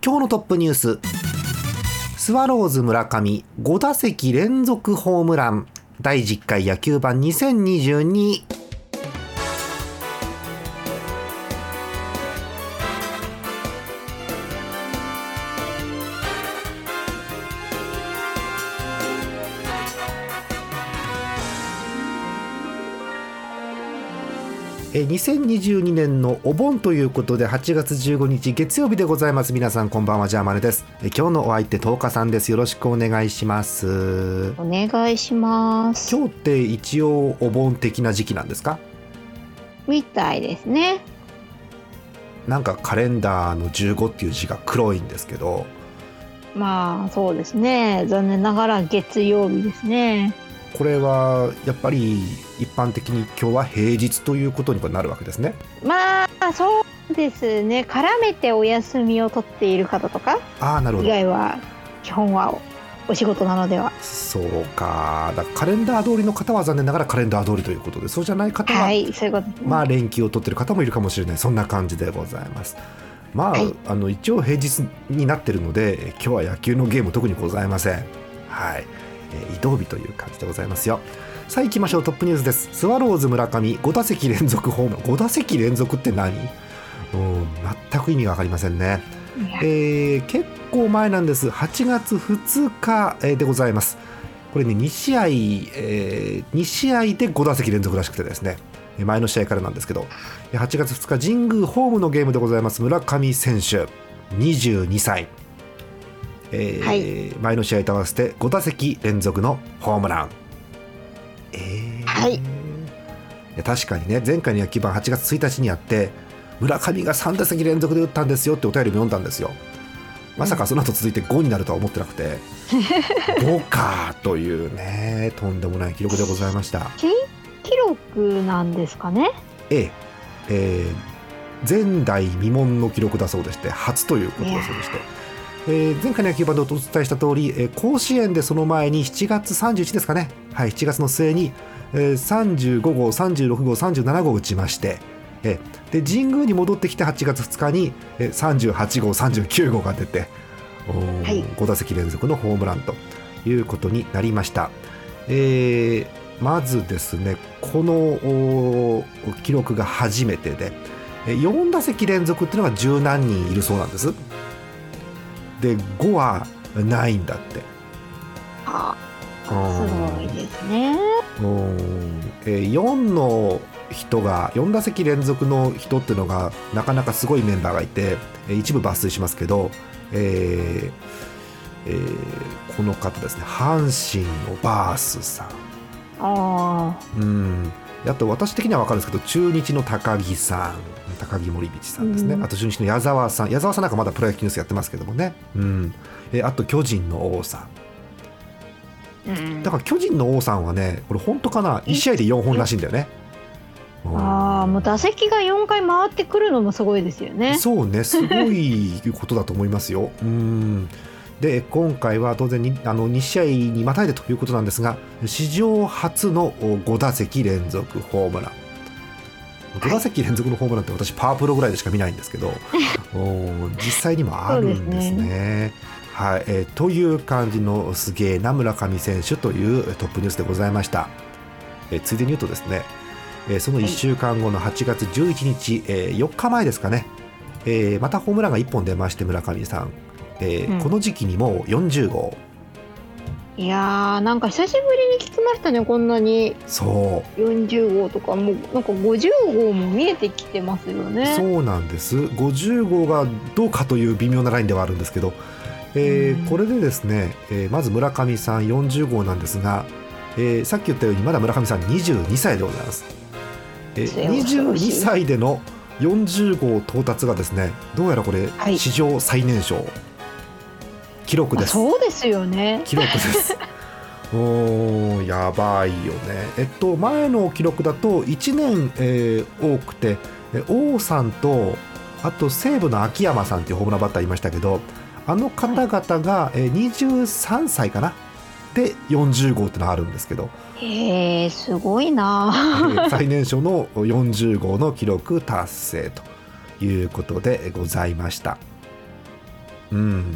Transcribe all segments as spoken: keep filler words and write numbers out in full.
今日のトップニュース、スワローズ村上ご打席連続ホームラン、だいじゅっかい野球盤にせんにじゅうに。にせんにじゅうにねんのお盆ということではちがつじゅうごにち月曜日でございます。皆さんこんばんは、ジャーマネです。今日のお相手とおかさんです。よろしくお願いします。 お願いします。 今日って一応お盆的な時期なんですか？ みたいですね。 なんかカレンダーのじゅうごっていう字が黒いんですけど、 まあそうですね、残念ながら月曜日ですね。 これはやっぱり一般的に今日は平日ということになるわけですね。 まあそうですね、絡めてお休みを取っている方とか、 あーなるほど、 以外は基本はお仕事なのでは。 そうか、だからカレンダー通りの方は残念ながらカレンダー通りということで、そうじゃない方は、 はい、そういうことですね。 まあ連休を取っている方もいるかもしれない、そんな感じでございます。まあ、 はい、 あの一応平日になっているので今日は野球のゲーム特にございません。はい、えー、移動日という感じでございますよ。さあ行きましょう。トップニュースです。スワローズ村上ご打席連続ホームラン。ご打席連続って何？うん、全く意味が分かりませんね。えー、結構前なんです。はちがつふつかでございます。これねにしあい、えー、にしあいでご打席連続らしくてですね、前の試合からなんですけど、はちがつふつか神宮ホームのゲームでございます。村上選手にじゅうにさい、えーはい、前の試合と合わせてご打席連続のホームラン。えーはい、いや確かにね、前回の野球盤はちがつついたちにあって村上がさん打席連続で打ったんですよってお便りも読んだんですよ。まさかその後続いてごになるとは思ってなくてごかというね、とんでもない記録でございました。 新記録なんですかね。 えええー、前代未聞の記録だそうでして、初ということだそうでして、えー、前回の野球盤でお伝えした通り、えー、甲子園でその前にしちがつさんじゅういちにちですかね、はい、しちがつの末に、えー、さんじゅうごごう、さんじゅうろくごう、さんじゅうななごう打ちまして、えー、で神宮に戻ってきてはちがつふつかに、えー、さんじゅうはちごう、さんじゅうきゅうごうが出て、はい、ご打席連続のホームランということになりました。えー、まずですね、この記録が初めてで、よん打席連続っていうのが十何人いるそうなんです。でごはないんだって。 ああ、すごいですね。 うん、えー、よんの人がよん打席連続の人っていうのがなかなかすごいメンバーがいて、一部抜粋しますけど、えーえー、この方ですね、阪神のバースさん、 あうん、あと私的には分かるんですけど、中日の高木さん、高木森道さんですね、うん、あと中日の矢沢さん、矢沢さんなんかまだプロ野球ニュースやってますけどもね、うん、えあと巨人の王さん、うん、だから巨人の王さんはね、これ本当かな、いち試合でよんほんらしいんだよね。 ああ、もう打席がよんかい回ってくるのもすごいですよね。 そうね、すごいことだと思いますよ。うんで今回は当然にあのに試合にまたいでということなんですが、史上初のご打席連続ホームラン、ご打席連続のホームランって私パワープロぐらいでしか見ないんですけど実際にもあるんですね。はい、えー、という感じのすげえな村上選手というトップニュースでございました。えー、ついでに言うとですね、えー、そのいっしゅうかんごのはちがつじゅういちにち、えー、よっかまえですかね、えー、またホームランがいっぽん出まして、村上さん、えーうん、この時期にもよんじゅうごう。 いやー、なんか久しぶりに聞きましたね、こんなに。 そうよんじゅうごうとか、もうなんかごじゅうごうも見えてきてますよね。 そうなんです。ごじゅうごうがどうかという微妙なラインではあるんですけど、えー、これでですね、えー、まず村上さんよんじゅうごうなんですが、えー、さっき言ったようにまだ村上さんにじゅうにさいでございます。えー、にじゅうにさいでのよんじゅうごう到達がですね、どうやらこれ、はい、史上最年少記録です。 そうですよね、 記録ですおやばいよね。えっと前の記録だといちねん、えー、多くて王さんとあと西武の秋山さんっていうホームランバッターいましたけど、あの方々がにじゅうさんさいかなでよんじゅうごうってのがあるんですけど、 へー、すごいな、 えー、最年少のよんじゅうごうの記録達成ということでございました。 うん、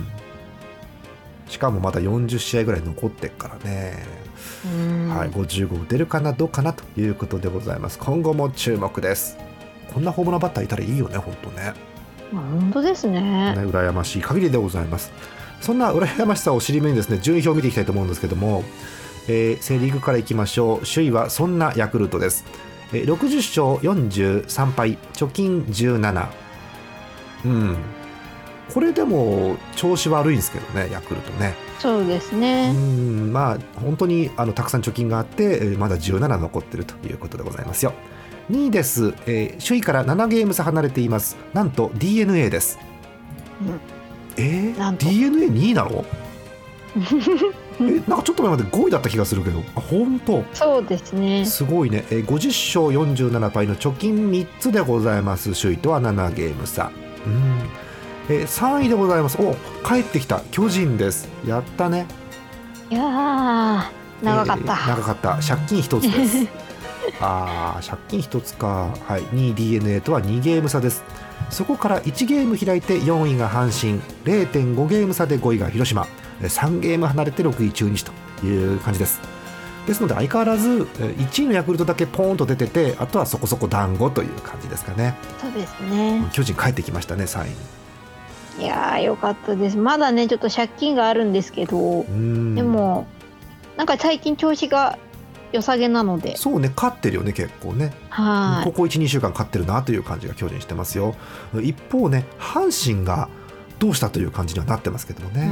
しかもまだよんじゅっしあいぐらい残ってっからね、はい、ごじゅうご打てるかなどうかなということでございます。今後も注目です。こんなホームランバッターいたらいいよね、本当ね。 本当ですね。 ね、羨ましい限りでございます。そんな羨ましさを尻目にですね、順位表を見ていきたいと思うんですけども、えー、セリーグからいきましょう。首位はそんなヤクルトです。えー、ろくじゅっしょうよんじゅうさんぱい、貯金じゅうなな。うん、これでも調子悪いんですけどね、ヤクルトね。 そうですね。 うん、まあ本当にあのたくさん貯金があって、えー、まだじゅうなな残ってるということでございますよ。にいです、えー、首位からななゲーム差離れています。なんと ディーエヌエー です、うん、えー、ディーエヌエーにいなのえなんかちょっと前までごいだった気がするけど、あ、本当。 そうですね、 すごいね、えー、ごじゅっしょうよんじゅうななぱいの貯金みっつでございます。首位とはななゲーム差、うん、えー、さんいでございます。お、帰ってきた巨人です。やったね。 いやー長かった、えー、長かった。借金ひとつですあー、借金ひとつか、はい、にい ディーエヌエー とはにゲーム差です。そこからいちゲーム開いてよんいが阪神、 れいてんご ゲーム差でごいが広島、さんゲーム離れてろくい中日という感じです。ですので相変わらずいちいのヤクルトだけポーンと出てて、あとはそこそこ団子という感じですかね。 そうですね。 巨人帰ってきましたね、さんいに。 いやーよかったです。まだねちょっと借金があるんですけど、でもなんか最近調子が良さげなので。 そうね、勝ってるよね、結構ね。 はい、 ここ いち,に 週間勝ってるなという感じが巨人してますよ。一方ね、阪神がどうしたという感じにはなってますけどもね、うん、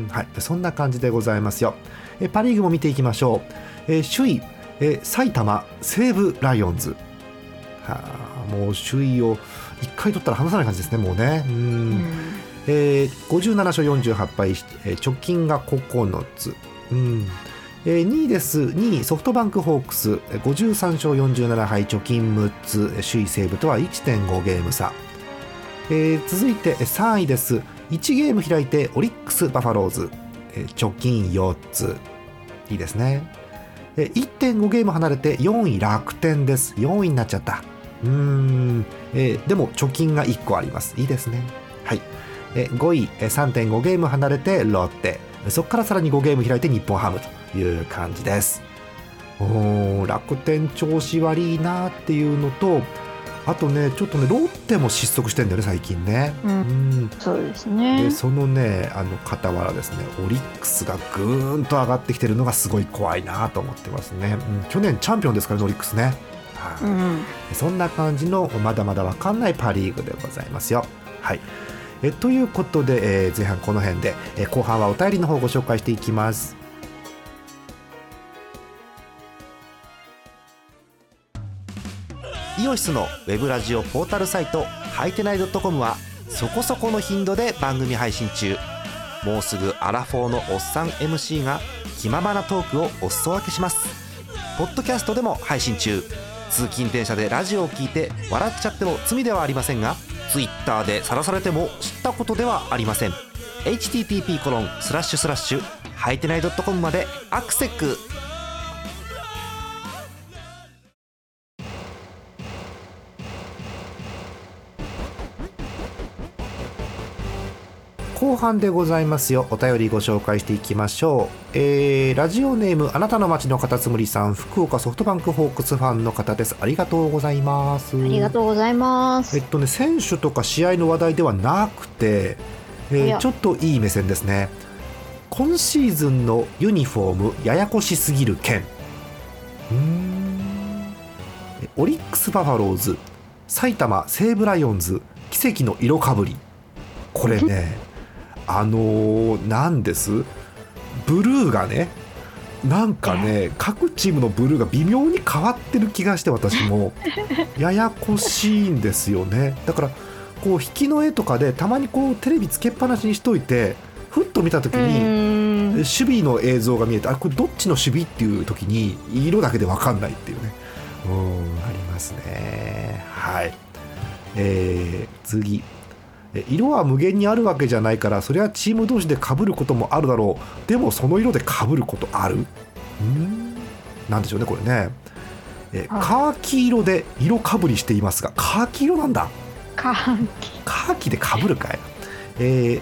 はい、そんな感じでございますよ。えパ・リーグも見ていきましょう。え首位、え埼玉西武ライオンズ、はあ、もう首位をいっかい取ったら離さない感じですね、もうね。うん、うん、えー、ごじゅうななしょうよんじゅうはちぱい、えー、貯金がここのつ、うん、えー、にいです。にいソフトバンクホークス、ごじゅうさんしょうよんじゅうななはい、貯金むっつ、首位西武とは いってんご ゲーム差、えー、続いてさんいです。いちゲーム開いてオリックスバファローズ、えー、貯金よっつ、いいですね。えー、いってんご ゲーム離れてよんい楽天です。よんいになっちゃった。うーん、えー、でも貯金がいっこあります。いいですね。はい、えー、ごい、えー、さんてんご ゲーム離れてロッテ、そこからさらにごゲーム開いて日本ハムという感じです。お楽天調子悪いなっていうのと、あとねちょっとねロッテも失速してんだよね最近ね、 うんうん、そうですね。 でそのねあの傍らですね、オリックスがぐーんと上がってきてるのがすごい怖いなと思ってますね、うん、去年チャンピオンですからねオリックスね、はあ、うん、そんな感じのまだまだ分かんないパ・リーグでございますよ。はい、えということで、えー、前半この辺で、えー、後半はお便りの方をご紹介していきます。イオシスのウェブラジオポータルサイトはいてない .com はそこそこの頻度で番組配信中。もうすぐアラフォーのおっさん エムシー が気ままなトークをお裾分けします。ポッドキャストでも配信中。通勤電車でラジオを聞いて笑っちゃっても罪ではありませんが、ツイッターで晒されても知ったことではありません。 エイチティーティーピーコロンスラッシュスラッシュはいてない .com までアクセック。後半でございますよ。お便りご紹介していきましょう。えー、ラジオネームあなたの街のカタツムリさん、福岡ソフトバンクホークスファンの方です。ありがとうございます。 ありがとうございます。 えっとね選手とか試合の話題ではなくて、えー、ちょっといい目線ですね。今シーズンのユニフォームややこしすぎる件。うーんオリックスバファローズ、埼玉西武ライオンズ、奇跡の色かぶり。これねあのー、なんですブルーがねなんかね各チームのブルーが微妙に変わってる気がして、私もややこしいんですよね。だからこう引きの絵とかでたまにこうテレビつけっぱなしにしといて、ふっと見た時に守備の映像が見えて、あこれどっちの守備っていう時に色だけで分かんないっていうね、うんありますね。はい、えー、次、色は無限にあるわけじゃないから、それはチーム同士で被ることもあるだろう。でもその色で被ることある？んなんでしょうねこれね。えカーキ色で色かぶりしていますが、カーキ色なんだ。 カーキカーキで被るかい。えー、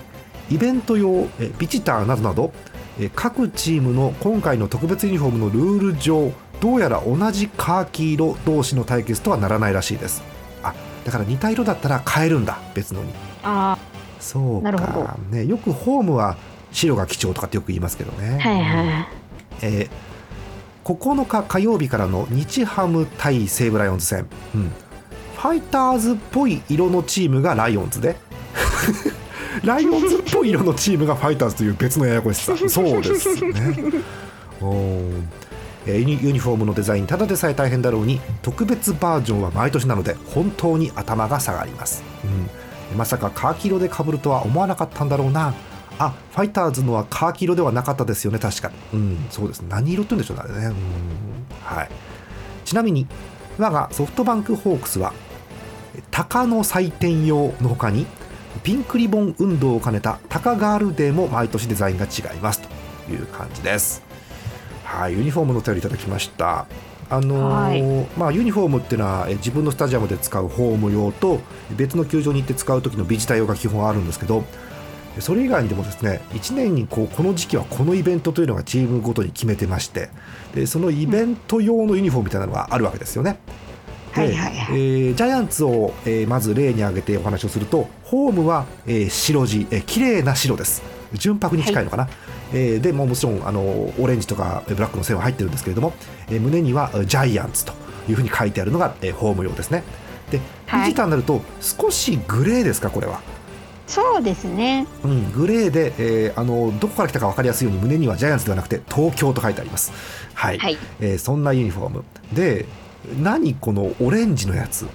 イベント用ビジターなどなど各チームの今回の特別ユニフォームのルール上、どうやら同じカーキ色同士の対決とはならないらしいです。あ、だから似た色だったら変えるんだ、別のに。 ああ、 そうなるほど、 か、ね、よくホームは白が基調とかってよく言いますけどね。 はいはい、 えー、ここのか火曜日からの日ハム対西武ライオンズ戦、うん、ファイターズっぽい色のチームがライオンズでライオンズっぽい色のチームがファイターズという別のややこしさ。そうですね。おえー、ユニフォームのデザインただでさえ大変だろうに、特別バージョンは毎年なので本当に頭が下がります、うん、まさかカーキ色で被るとは思わなかったんだろうな。あ、ファイターズのはカーキ色ではなかったですよね、確かに。うん、そうです。何色って言うんでしょうね、あれね。うん、はい。ちなみに我がソフトバンクホークスは鷹の祭典用の他にピンクリボン運動を兼ねた鷹ガールデーも毎年デザインが違いますという感じです。はい、ユニフォームのお便りいただきました。あのーまあ、ユニフォームっていうのは自分のスタジアムで使うホーム用と別の球場に行って使う時のビジター用が基本あるんですけど、それ以外にでもですね、いちねんにこうこの時期はこのイベントというのがチームごとに決めてまして、でそのイベント用のユニフォームみたいなのがあるわけですよね。で、はいはいはい、えー、ジャイアンツを、えー、まず例に挙げてお話をすると、ホームは、えー、白地、えー、綺麗な白です。純白に近いのかな、はい、えー、でももちろんあのオレンジとかブラックの線は入ってるんですけれども、えー、胸にはジャイアンツというふうに書いてあるのが、えー、ホーム用ですね。で、ビジターになると少しグレーですか、これは。 そうですね、 うん、グレーで、えー、あのどこから来たか分かりやすいように胸にはジャイアンツではなくて東京と書いてあります。はい、はい、えー、そんなユニフォームで、何このオレンジのやつ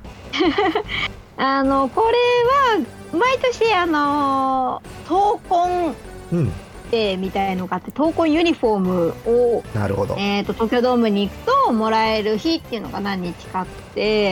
あのこれは毎年あの闘魂デーみたいのがあって、闘魂ユニフォームをなるほど、 えー、と東京ドームに行くともらえる日っていうのが何日かあって、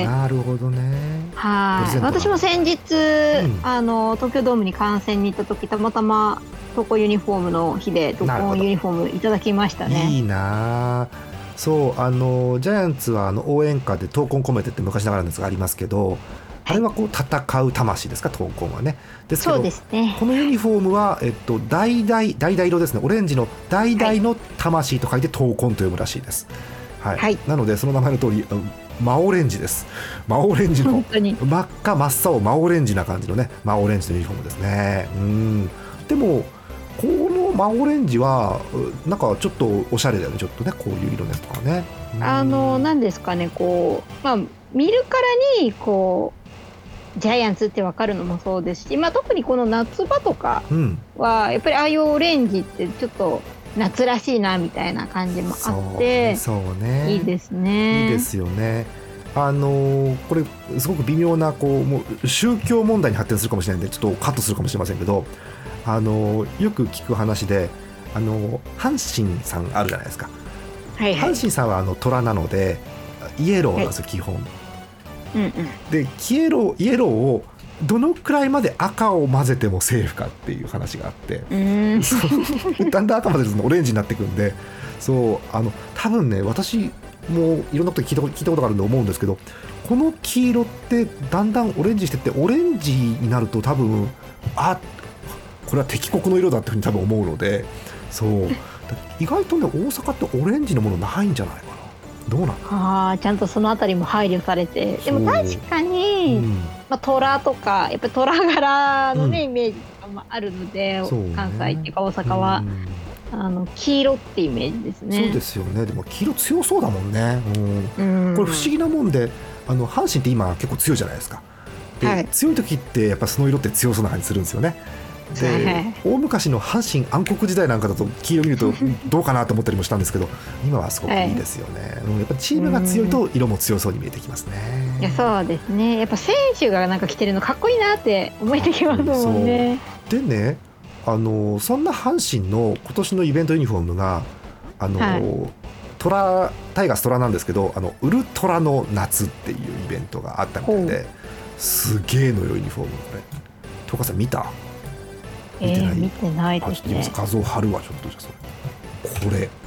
なるほどね。 はい、私も先日、うん、あの東京ドームに観戦に行った時、たまたま闘魂ユニフォームの日で闘魂ユニフォームいただきましたね。 いいな。そう、あのジャイアンツはあの応援歌で闘魂込めてって昔ながらのやつがありますけど、あれはこう戦う魂ですか、闘魂はね。ですけど、そうですね、このユニフォームは、えっと、橙橙色ですね。オレンジの橙の魂と書いて闘魂と読むらしいです。はいはい、なのでその名前の通り真オレンジです。真オレンジの真っ赤真っ青真オレンジな感じのね、真オレンジのユニフォームですね。うん、でもこの真オレンジはなんかちょっとおしゃれだよね、ちょっとね、こういう色のやつとかね。 あの何ですかね、こう、まあ、見るからにこうジャイアンツって分かるのもそうですし、まあ、特にこの夏場とかはやっぱりああいうオレンジってちょっと夏らしいなみたいな感じもあって、 そうね、そうね、 いいですね。 いいですよね。あのー、これすごく微妙なこうもう宗教問題に発展するかもしれないんでちょっとカットするかもしれませんけど、あのー、よく聞く話で、あのー、阪神さんあるじゃないですか、はいはい、阪神さんはあの虎なのでイエローなんですよ、はい、基本、うんうん、でイエロー、イエローをどのくらいまで赤を混ぜてもセーフかっていう話があって、うん、だんだん赤混ぜるとオレンジになってくんで、そうあの多分ね、私もいろんなこと聞いた、聞いたことがあるんで思うんですけど、この黄色ってだんだんオレンジしてってオレンジになると多分あこれは敵国の色だっていうふうに多分思うので、そう意外とね大阪ってオレンジのものないんじゃないかな。どうなの？ ああ、ちゃんとそのあたりも配慮されて、でも確かに、うん、まあ、虎とかやっぱり虎柄のね、うん、イメージとかもあるので、ね、関西っていうか大阪は、うん、あの黄色ってイメージですね。 そうですよね。でも黄色強そうだもんね、うん、これ不思議なもんで、あの阪神って今結構強いじゃないですか。で、はい、強い時ってやっぱその色って強そうな感じするんですよね。で大昔の阪神暗黒時代なんかだと黄色見るとどうかなと思ったりもしたんですけど今はすごくいいですよね、はい、やっぱチームが強いと色も強そうに見えてきますね。 いやそうですね、やっぱ選手がなんか着てるのかっこいいなって思えてきますもんね。 でね、あのそんな阪神の今年のイベントユニフォームがあの、はい、トラタイガーストラなんですけど、あのウルトラの夏っていうイベントがあったみたいで、すげえのよユニフォーム。これトカさん見た？ 見てない、えー、見てないですね。 画像貼るわちょっと。じゃそれこれ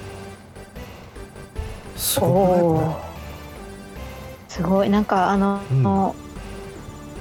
すごくない？これすごいなんかあの、うん、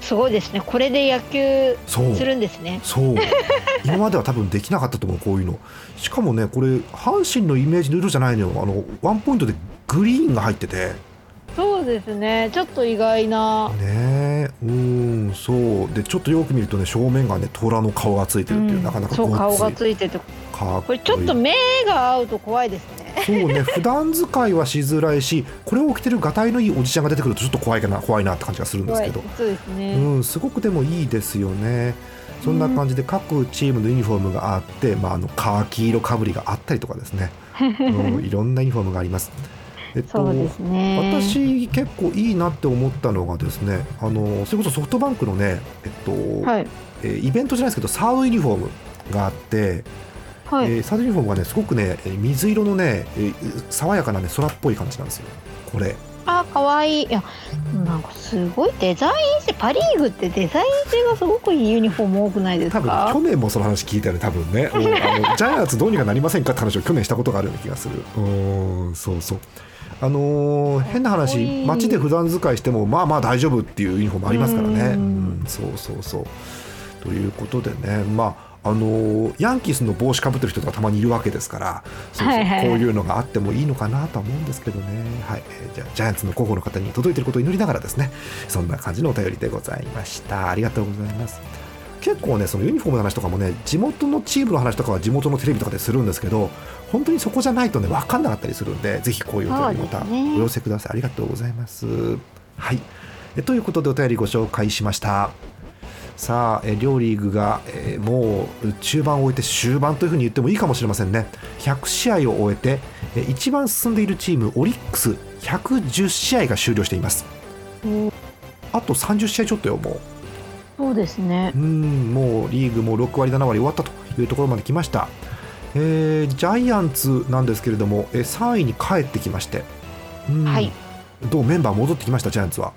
すごいですね。これで野球するんですね。 そうそう今までは多分できなかったと思う、こういうの。しかもね、これ阪神のイメージの色じゃないのよ。あのワンポイントでグリーンが入ってて、 そうですね、ちょっと意外なねえ、うんそうで、ちょっとよく見るとね、正面がね虎の顔がついてるっていう、うん、なかなかそう顔がついててかっこいい。これちょっと目が合うと怖いですね。 そうね、普段使いはしづらいし、これを着てるがたいのいいおじちゃんが出てくるとちょっと怖いかな怖いなって感じがするんですけど、 そうですね、 うん、すごくでもいいですよね。そんな感じで各チームのユニフォームがあって、まあ、あのカーキ色かぶりがあったりとかですね、うん、いろんなユニフォームがあります。えっと、そうですね、私結構いいなって思ったのがですね、あのそれこそソフトバンクのね、えっとはいえイベントじゃないですけどサードユニフォームがあって、はいえー、サードユニフォームがねすごくね水色のね、えー、爽やかな、ね、空っぽい感じなんですよこれ。 あ、かわいい。いや、なんかすごいデザイン性、パリーグってデザイン性がすごくいいユニフォーム多くないですか。 多分去年もその話聞いたよね、多分ねあのジャイアンツどうにかなりませんかって話を去年したことがあるような気がする。うん、そうそう、あのー、変な話、街で普段使いしてもまあまあ大丈夫っていうユニフォームありますからね。うん、そうそうそうということでね、まああのー、ヤンキースの帽子かぶってる人とかたまにいるわけですから、そうそう、はいはい、こういうのがあってもいいのかなとは思うんですけどね、はいえー、じゃあジャイアンツの広報の方に届いていることを祈りながらですね、そんな感じのお便りでございました。ありがとうございます。結構ね、そのユニフォームの話とかもね、地元のチームの話とかは地元のテレビとかでするんですけど、本当にそこじゃないとね分かんなかったりするんで、ぜひこういうお便りまたお寄せください。ありがとうございます。はい、えということでお便りご紹介しました。さあ、え両リーグが、えー、もう中盤を終えて終盤というふうに言ってもいいかもしれませんね。ひゃくしあいを終えて、え一番進んでいるチームオリックスひゃくじゅっしあいが終了しています。あとさんじゅっしあいちょっとよ。もうそうですね、 うんもうリーグもろくわりななわり終わったというところまで来ました。えー、ジャイアンツなんですけれども、えさんいに帰ってきまして、うんはい、どうメンバー戻ってきましたジャイアンツは。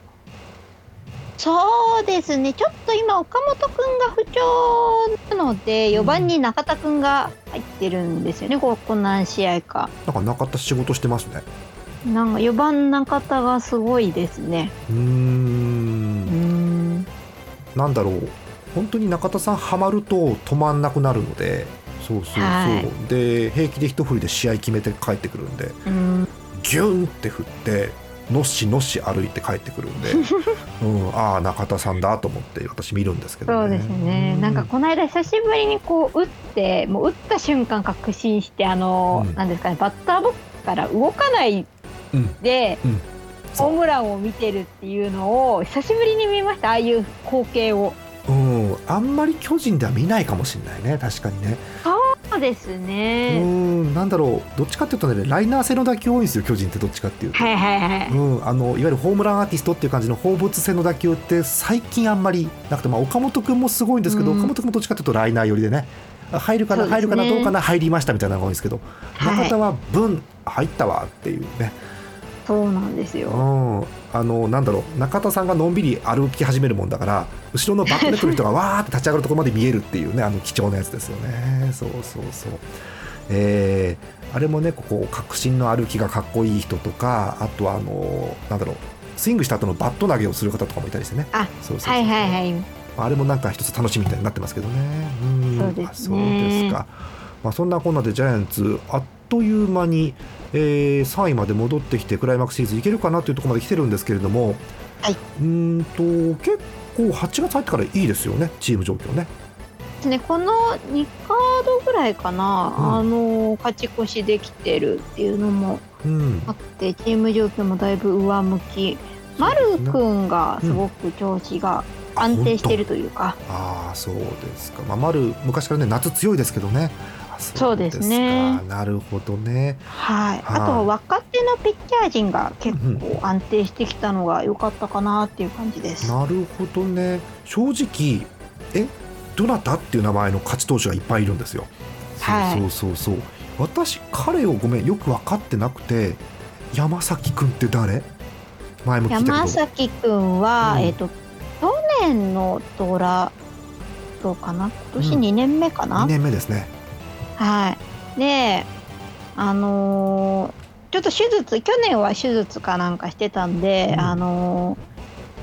そうですね、ちょっと今岡本君が不調なのでよばんに中田君が入ってるんですよね、うん、ここ何試合か。 なんか中田仕事してますね。 なんかよばん中田がすごいですね。 うーんうーんなんだろう、本当に中田さんハマると止まんなくなるので、そうそうそう、はい、で平気で一振りで試合決めて帰ってくるんで、うんギュンって振ってのっしのっし歩いて帰ってくるんで、うん、ああ中田さんだと思って私見るんですけどね。 そうですね、うん、なんかこの間久しぶりにこう打ってもう打った瞬間確信してあの、うん、なんですかね、バッターボックスから動かないで、うんうん、ホームランを見てるっていうのを久しぶりに見ました、ああいう光景を。 うん、あんまり巨人では見ないかもしれないね、確かにね。 そうですね、 うんなんだろう、どっちかっていうとねライナー性の打球多いんですよ巨人って。どっちかっていうと、 はいはいはい、 うん、あのいわゆるホームランアーティストっていう感じの放物線の打球って最近あんまりなくて、まあ、岡本君もすごいんですけど、うん、岡本君もどっちかっていうとライナー寄りでね、入るかな、ね、入るかなどうかな入りましたみたいなのが多いんですけど、中田はブン入ったわっていうね。 そうなんですよ、 うん、あのなんだろう、中田さんがのんびり歩き始めるもんだから後ろのバックネットの人がわーって立ち上がるところまで見えるっていうね、あの貴重なやつですよね。そうそうそう、えー、あれもね、ここ確信の歩きがかっこいい人とか、あとはあのなんだろう、スイングした後のバット投げをする方とかもいたりしてね。 あ、そうそうそう、はいはいはい、 あれもなんか一つ楽しみみたいになってますけどね。うん、 そうですね。 あ、そうですか。まあ、そんなこんなでジャイアンツあっという間に、えー、さんいまで戻ってきてクライマックスシリーズいけるかなというところまで来てるんですけれども、はい、うんと結構はちがつ入ってからいいですよね、チーム状況ね。 ね、このにカードぐらいかな、うん、あの勝ち越しできてるっていうのもあって、うん、チーム状況もだいぶ上向き、丸君がすごく調子が安定しているというか、 うん、ああそうですか、まあ、丸昔からね夏強いですけどね。 そうですね。 なるほどね。 はい。あと若手のピッチャー陣が結構安定してきたのが良かったかなっていう感じです。 なるほどね。正直えどなたっていう名前の勝ち投手がいっぱいいるんですよ。はい、そうそうそうそう。私彼をごめんよく分かってなくて、山崎くんって誰？前も聞いたけど。 山崎くんは、うん、えっと去年のドラどうかな、今年にねんめかな、 うん、にねんめですね。 はい。で、あのー、ちょっと手術、去年は手術かなんかしてたんで、うん、あの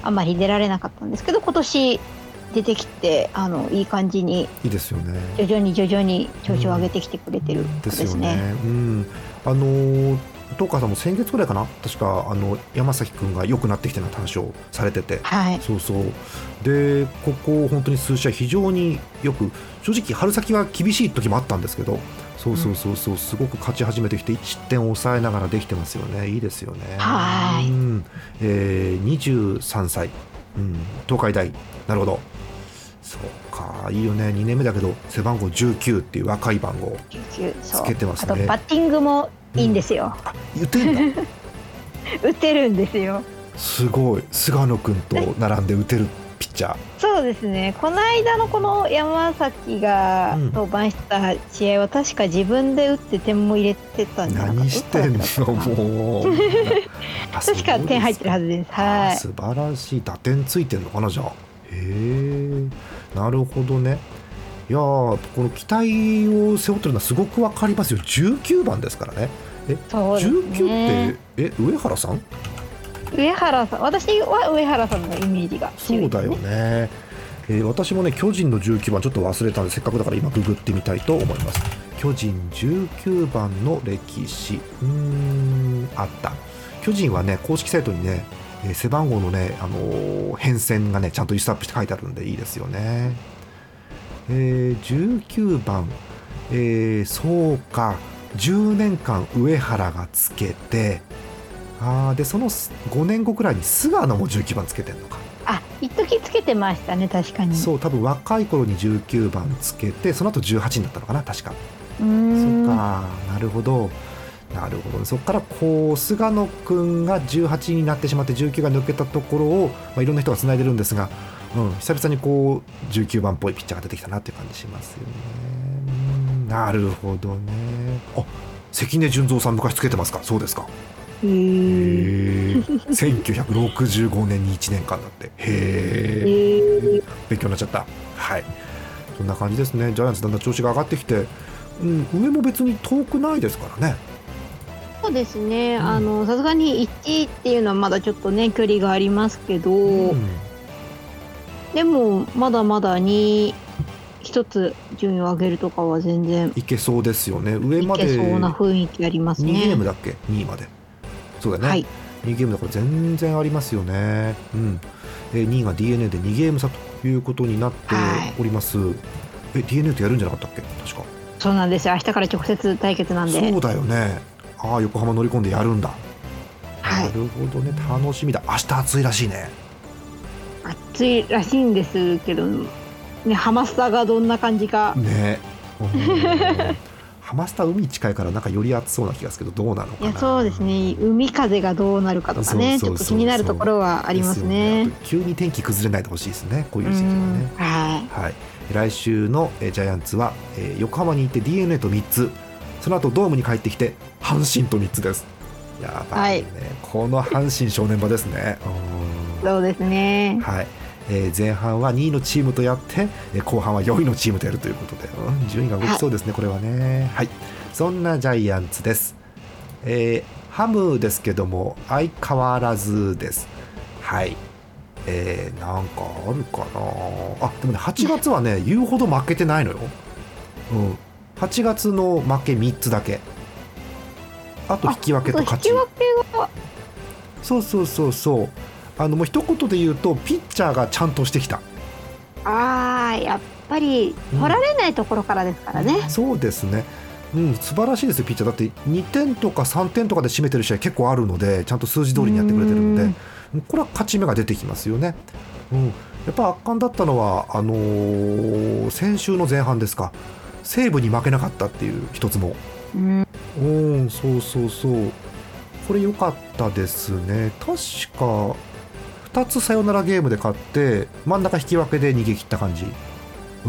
あんまり出られなかったんですけど、今年出てきてあのいい感じにいいですよね。 徐々に徐々に調子を上げてきてくれてる子ですね。 うん、ですよね。うん、あのー東川さんも先月ぐらいかな、確かあの山崎君が良くなってきてる話をされてて、 はい、 そうそうでここ本当に数試合非常によく、正直春先は厳しい時もあったんですけど、そうそうそうそう、すごく勝ち始めてきて失点を抑えながらできてますよね。いいですよね。 はい、 うんえー、にじゅうさんさい、うん、東海大、なるほど、そうか、いいよね。にねんめだけど背番号じゅうきゅうっていう若い番号つけてますね。 あとバッティングもいいんですよ。 うん、あ、打てんだ打てるんですよ。 すごい、菅野君と並んで打てるピッチャー。 そうですね、この間のこの山崎が登板した試合は確か自分で打って点も入れてたんじゃなかった。 何してんのもう確か点入ってるはずです。はい、 素晴らしい。打点ついてんのかな、じゃあ。へえ、なるほどね。いやこの期待を背負ってるのはすごく分かりますよ。じゅうきゅうばんですからね。え、 そうですね、 じゅうきゅうってえ上原さん上原さん、私は上原さんのイメージが強いですね。 そうだよね。えー、私もね巨人のじゅうきゅうばんちょっと忘れたので、せっかくだから今ググってみたいと思います。巨人じゅうきゅうばんの歴史、うーんあった。巨人はね公式サイトにね、えー、背番号のね、あのー、変遷がねちゃんとリストアップして書いてあるんでいいですよね。えー、じゅうきゅうばん、えー、そうか、じゅうねんかん上原がつけて、あでそのごねんごくらいに菅野もじゅうきゅうばんつけてんのか。 あ、一時つけてましたね、確かに。 そう、多分若い頃にじゅうきゅうばんつけて、その後じゅうはちになったのかな、確か。 うーん、 そっか、なるほどなるほど。そこからこう菅野君がじゅうはちになってしまってじゅうきゅうが抜けたところを、まあ、いろんな人がつないでるんですが、うん、久々にこうじゅうきゅうばんっぽいピッチャーが出てきたなっていう感じしますよね。うん、なるほどね。あ、関根純三さん昔つけてますか。そうですか。へえ、せんきゅうひゃくろくじゅうごねんにいちねんかんだって。へえ、勉強になっちゃった。はい、そんな感じですね。ジャイアンツだんだん調子が上がってきて、うん、上も別に遠くないですからね。 そうですね、あのさすがにいちいっていうのはまだちょっとね距離がありますけど、うん、でもまだまだに一つ順位を上げるとかは全然いけそうですよね。上までいけそうな雰囲気ありますね。 にゲームだっけ、にいまで。そうだね、はい、にゲームだから全然ありますよね。うん、えにいが ディーエヌエー でにゲーム差ということになっております、はい、え ディーエヌエー とやるんじゃなかったっけ。確かそうなんですよ。明日から直接対決なんで。 そうだよね。ああ、横浜乗り込んでやるんだ。はい、なるほどね、楽しみだ。明日暑いらしいね。 暑いらしいんですけどね、ハマスタがどんな感じかね。ハマスタ海近いからなんかより暑そうな気がするけど、どうなのかな。 いや、そうですね、海風がどうなるかとかね、ちょっと気になるところはありますね。 ね、急に天気崩れないでほしいですね、こういう時期はね。はい、はい、来週のジャイアンツは、えー、横浜に行って ディーエヌエー とみっつ、その後ドームに帰ってきて阪神とみっつです。やばいね、はい、この阪神正念場ですね。 そうですね。 はい、えー、前半はにいのチームとやって、えー、後半はよんいのチームとやるということで、うん、順位が動きそうですね、はい、これはね。はい、そんなジャイアンツです。えー、ハムですけども相変わらずです。はい、えー、なんかあるかなあ。でもね、はちがつはね言うほど負けてないのよ。うん、はちがつの負けみっつだけ。あと引き分けと勝ち。 引き分けがそうそうそうそう。あのもう一言で言うとピッチャーがちゃんとしてきた。 あー、やっぱり取られないところからですからね。 うん、そうですね、うん、素晴らしいですよピッチャー。だってにてんとかさんてんとかで締めてる試合結構あるので、ちゃんと数字通りにやってくれてるので、これは勝ち目が出てきますよね。うん、やっぱ圧巻だったのはあのー、先週の前半ですか、西武に負けなかったっていう一つも、うん、うん、そうそうそう、これ良かったですね。確かふたつサヨナラゲームで勝って真ん中引き分けで逃げ切った感じ、うん、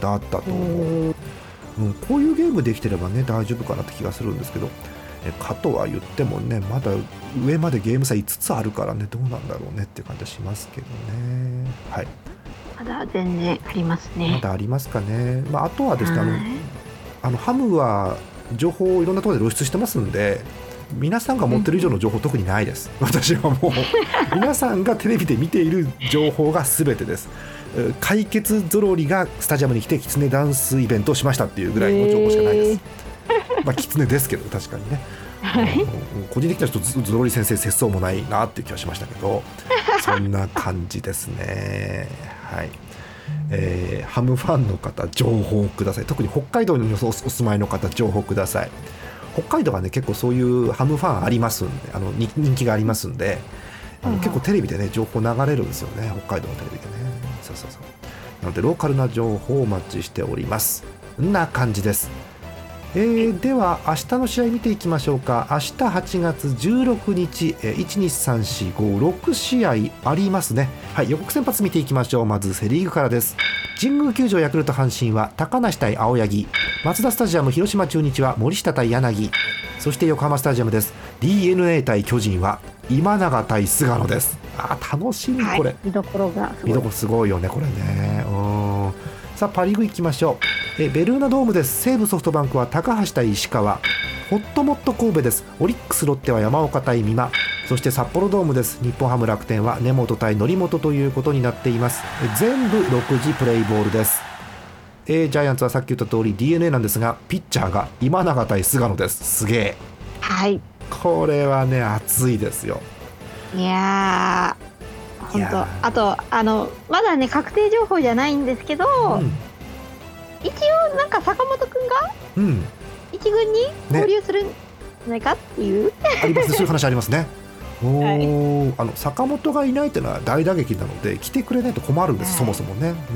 だったと思う。うん、こういうゲームできてればね大丈夫かなって気がするんですけど、えかとは言ってもねまだ上までゲーム差いつつあるからね、どうなんだろうねって感じはしますけどね。はい、 まだ全然ありますね。 まだありますかね。まあ、あとはですね、あのあのハムは情報をいろんなところで露出してますんで、 皆さんが持ってる以上の情報特にないです。私はもう皆さんがテレビで見ている情報が全てです。解決ぞろりがスタジアムに来てキツネダンスイベントをしましたっていうぐらいの情報しかないです。まあキツネですけど確かにね、はい、個人的にはちょっとぞろり先生節操もないなっていう気はしましたけどそんな感じですね。はい、えー、ハムファンの方情報ください。特に北海道にお住まいの方情報ください。北海道はね結構そういうハムファンありますんで、あの人気がありますんで、あの結構テレビでね情報流れるんですよね、北海道のテレビでね。そうそうそう。なのでローカルな情報をお待ちしております。こんな感じです。えー、では明日の試合見ていきましょうか。明日はちがつじゅうろくにち、いちにさんしごろくしあいありますね。はい、予告先発見ていきましょう。まずセリーグからです。神宮球場ヤクルト阪神は高梨対青柳、マツダスタジアム広島中日は森下対柳、そして横浜スタジアムです。 ディーエヌエー 対巨人は今永対菅野です。あー楽しみこれ、はい、 見どころがすごい、 見どころすごいよねこれね。うん、さあパリーグ行きましょう。えベルーナドームです。西武ソフトバンクは高橋対石川、ホットモット神戸です。オリックスロッテは山岡対美馬、そして札幌ドームです。日本ハム楽天は根本対則本ということになっています。全部ろくじプレイボールです。えー、ジャイアンツはさっき言った通り ディーエヌエー なんですが、ピッチャーが今永対菅野です。すげえ、 はい、 これはね熱いですよ。 いやー本当、あとあのまだね確定情報じゃないんですけど、うん、一応なんか坂本くんが、うん、一軍に合流するんじゃないかっていう、ね、 ありますね、そういう話ありますね。お、はい、あの坂本がいないというのは大打撃なので来てくれないと困るんです、はい、そもそもね。うん、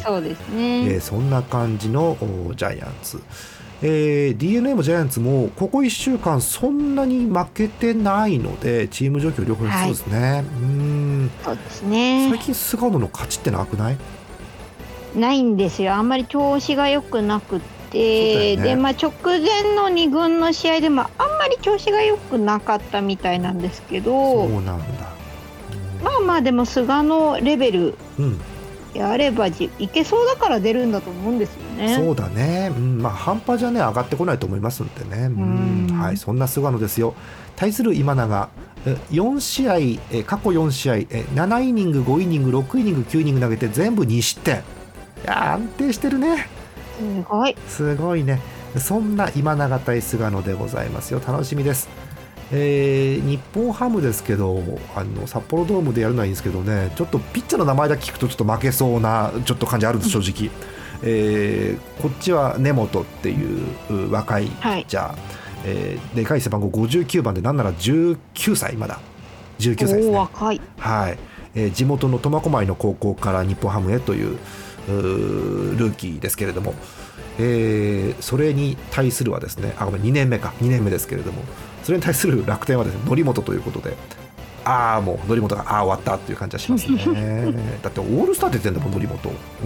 そうですね、 えー、そんな感じのジャイアンツ、えー、ディーエヌエー もジャイアンツもここいっしゅうかんそんなに負けてないのでチーム状況両方そうですね、はい、うーん、 そうですね。 最近菅野の勝ちってなくない？ ないんですよ。あんまり調子が良くなくて、ね、で、まあ、直前のに軍の試合でもあんまり調子が良くなかったみたいなんですけど、 そうなんだ、 うん、まあまあでも菅野レベルやればじ、いけそうだから出るんだと思うんですよね。 そうだね、うん、まあ半端じゃね上がってこないと思いますんでね、うん、うん、はい、そんな菅野ですよ。対する今永よんしあい、過去よんしあい、ななイニングごイニングろくイニングきゅうイニング投げて全部にしってん、いや安定してるね、 すごいすごいね。そんな今永対菅野でございますよ。楽しみです。えー、日本ハムですけど、あの札幌ドームでやるのはいいんですけどね、ちょっとピッチャーの名前だけ聞くとちょっと負けそうなちょっと感じあるんです正直、えー、こっちは根本っていう若いピッチャー、はい、えー、でかい背番号ごじゅうきゅうばんでなんならじゅうきゅうさい、まだじゅうきゅうさいですね。 お若い、 はい、えー、地元の苫小牧の高校から日本ハムへというルーキーですけれども、えー、それに対するはですね、あごめんにねんめかにねんめですけれども、それに対する楽天はですね則本ということで、ああもう則本がああ終わったっていう感じはしますねだってオールスター出てんだもん則本。うん、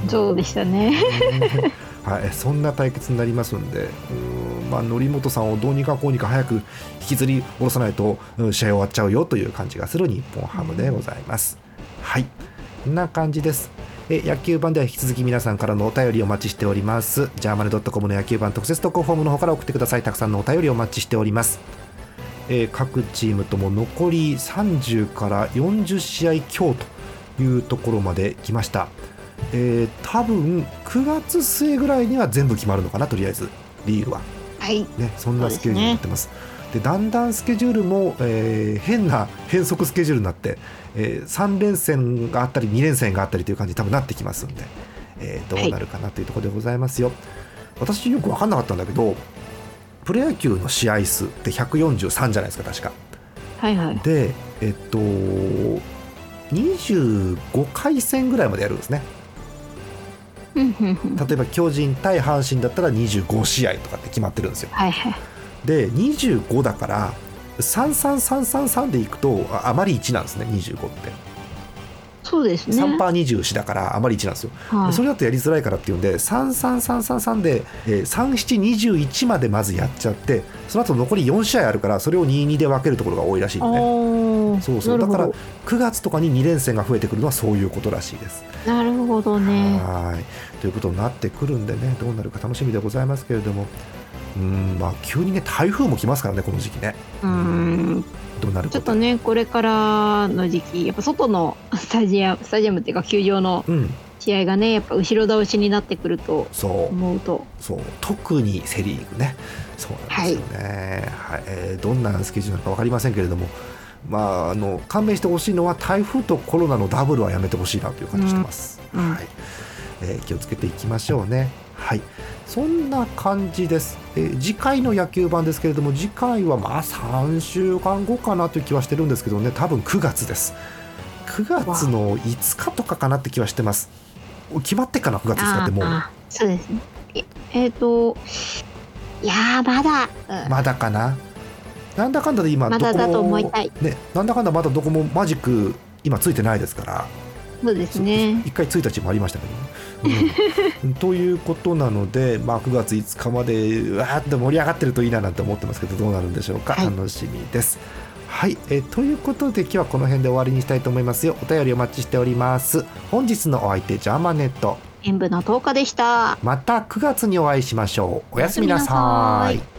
そうでしたねはい、そんな対決になりますんで、うん、まあ、則本さんをどうにかこうにか早く引きずり下ろさないと、うん、試合終わっちゃうよという感じがする日本ハムでございます。はい、こんな感じです。え野球版では引き続き皆さんからのお便りお待ちしております。ジャーマネドットコムの野球版特設投稿フォームの方から送ってください。たくさんのお便りお待ちしております。えー、各チームとも残りさんじゅうからよんじゅうしあい強というところまで来ました。えー、多分くがつ末ぐらいには全部決まるのかな、とりあえずリーグは、 はいね、そんなスケジュールになってます。でだんだんスケジュールも、えー、変な変則スケジュールになって、えー、さんれんせんがあったりにれんせんがあったりという感じに多分なってきますんで、えー、どうなるかなというところでございますよ、はい、私よく分かんなかったんだけどプロ野球の試合数ってひゃくよんじゅうさんじゃないですか確か。 はいはい。 でえっとにじゅうごかいせんぐらいまでやるんですね。例えば巨人対阪神だったらにじゅうごしあいとかって決まってるんですよ。 はいはい。 でにじゅうごだからさんさんさんさんさんでいくとあまりいちなんですね。にじゅうごってそうですね。 さんパーにじゅうよんだからあまりいちなんですよ、はい、それだとやりづらいからっていうんでさんさんさんさんさんで、えー、さんななにじゅういちまでまずやっちゃって、その後残りよんしあいあるからそれをにたいにで分けるところが多いらしいのね。そうそう、だからくがつとかににれんせんが増えてくるのはそういうことらしいです。 なるほどね。 はいということになってくるんでね、どうなるか楽しみでございますけれども、 うん、まあ急にね台風も来ますからねこの時期ね。 うん、 どうなることちょっとねこれからの時期やっぱ外のスタジアムスタジアムっていうか球場の試合がねやっぱ後ろ倒しになってくると思うと、 そうそう特にセ・リーグねそうなんですよね、はいはい、えー、どんなスケジュールなのか分かりませんけれども、まあ、あの勘弁してほしいのは台風とコロナのダブルはやめてほしいなという感じしてます、うんはいえー、気をつけていきましょうね。はい、そんな感じです。えー、次回の野球版ですけれども次回はまあさんしゅうかんごかなという気はしてるんですけどね多分くがつです。くがつのいつかとかかなって気はしてます。決まってかなくがつですかってもうあそうですねええー、といやまだ、 うん、まだかななんだかんだで今まだだと思いたい、 ね、なんだかんだまだどこもマジック今ついてないですからそうですねいっかいついたちもありましたけど、ねうん、ということなので、まあ、くがついつかまでわーっと盛り上がってるといいななんて思ってますけどどうなるんでしょうか、はい、楽しみです。はい、えー、ということで今日はこの辺で終わりにしたいと思いますよ。お便りお待ちしております。本日のお相手ジャーマネット演舞のとおかでした。 またくがつにお会いしましょう。おやすみなさい。